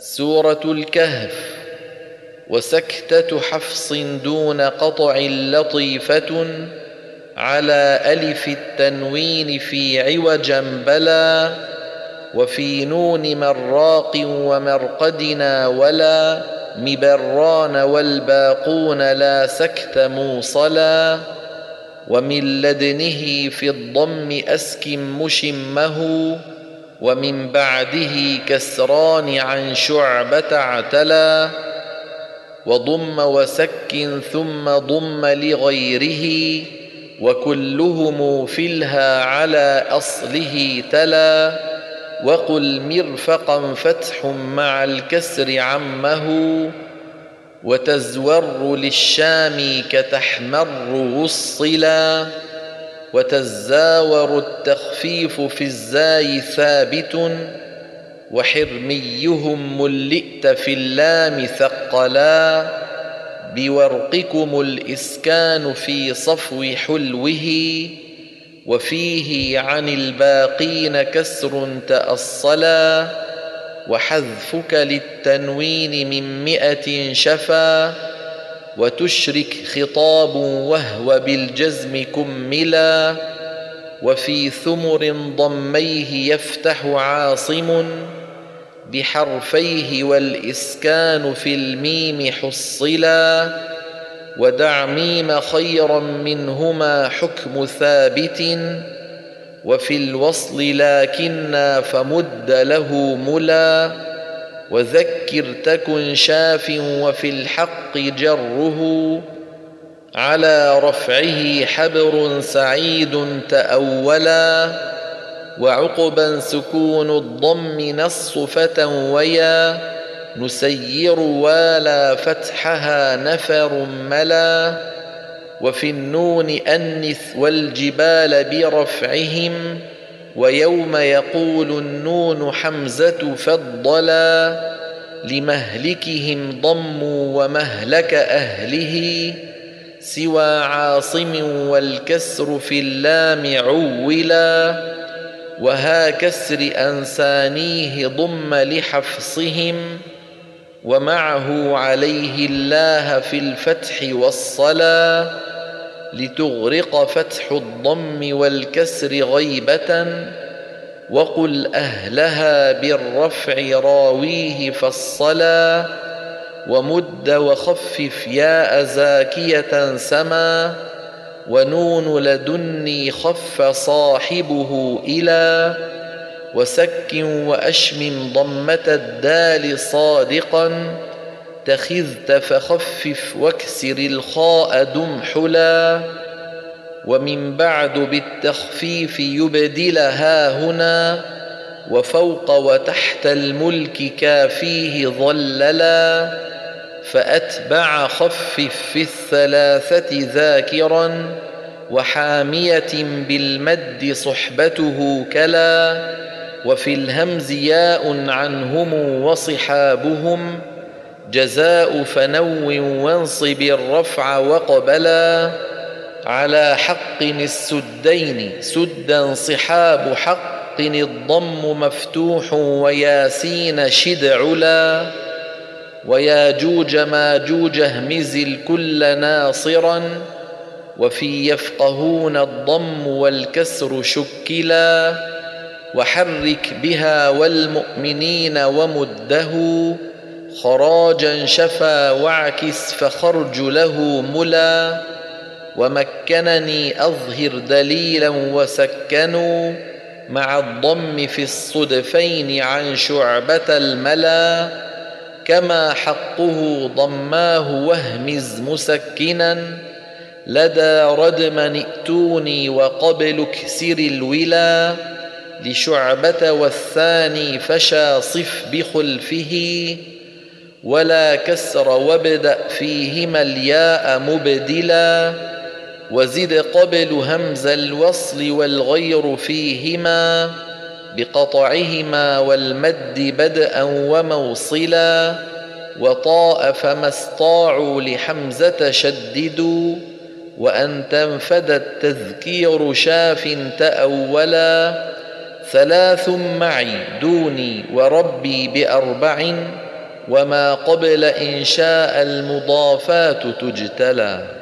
سورة الكهف. وسكتة حفص دون قطع لطيفة على ألف التنوين في عوجا بلا، وفي نون مراق ومرقدنا ولا مبران والباقون لا سكت موصلا. ومن لدنه في الضم أسكن مشمه، ومن بعده كسران عن شعبة اعتلا. وضم وسكن ثم ضم لغيره، وكلهم في الها على أصله تلا. وقل مرفقا فتح مع الكسر عمه، وتزور للشام كتحمر وصلا. وتزاور التخفيف في الزاي ثابت، وحرميهم ملئت في اللام ثقلا. بورقكم الإسكان في صفو حلوه، وفيه عن الباقين كسر تأصلا. وحذفك للتنوين من 100 شفا، وتشرك خطاب وهو بالجزم كملا. وفي ثمر ضميه يفتح عاصم بحرفيه، والإسكان في الميم حصلا. ودع ميم خيرا منهما حكم ثابت، وفي الوصل لكنا فمد له ملا. وذكر تكن شاف وفي الحق جره، على رفعه حبر سعيد تأولا. وعقبا سكون الضم نص فتى ويا، نسير والا فتحها نفر ملا. وفي النون أنث والجبال برفعهم، ويوم يقول النون حمزة فضلا. لمهلكهم ضموا ومهلك أهله، سوى عاصم والكسر في اللام عولا. وها كسر أنسانيه ضم لحفصهم، ومعه عليه الله في الفتح والصلا. لتغرق فتح الضم والكسر غيبة، وقل أهلها بالرفع راويه فالصلا. ومد وخفف ياء زاكية سما، ونون لدني خف صاحبه إلى. وسكن وأشمم ضمة الدال صادقا، تخذت فخفف واكسر الخاء دمحلا. ومن بعد بالتخفيف يبدلها هنا، وفوق وتحت الملك كافيه ظللا. فأتبع خفف في الثلاثة ذاكرا، وحامية بالمد صحبته كلا. وفي الهمز ياء عنهم وصحابهم، جزاء فنو وانصب الرفع وقبلا. على حق السدين سدا صحاب حق الضم مفتوح، وياسين شد علا. وياجوج ماجوج اهمز الكل ناصرا، وفي يفقهون الضم والكسر شكلا. وحرك بها والمؤمنين ومده، خراجا شفا واعكس فخرج له ملا. ومكنني أظهر دليلا وسكنوا، مع الضم في الصدفين عن شعبة الملا. كما حقه ضماه واهمز مسكنا، لدى ردما ائتوني وقبل اكسر الولا. لشعبة والثاني فشى صف بخلفه، ولا كسر وابدأ فيهما الياء مبدلا. وزد قبل همز الوصل والغير فيهما، بقطعهما والمد بدءا وموصلا. وطاء فما استطاعوا لحمزة شددوا، وأن تنفد التذكير شاف تأولا. 3 معي دوني وربي ب4، وما قبل إنشاء المضافات تجتلى.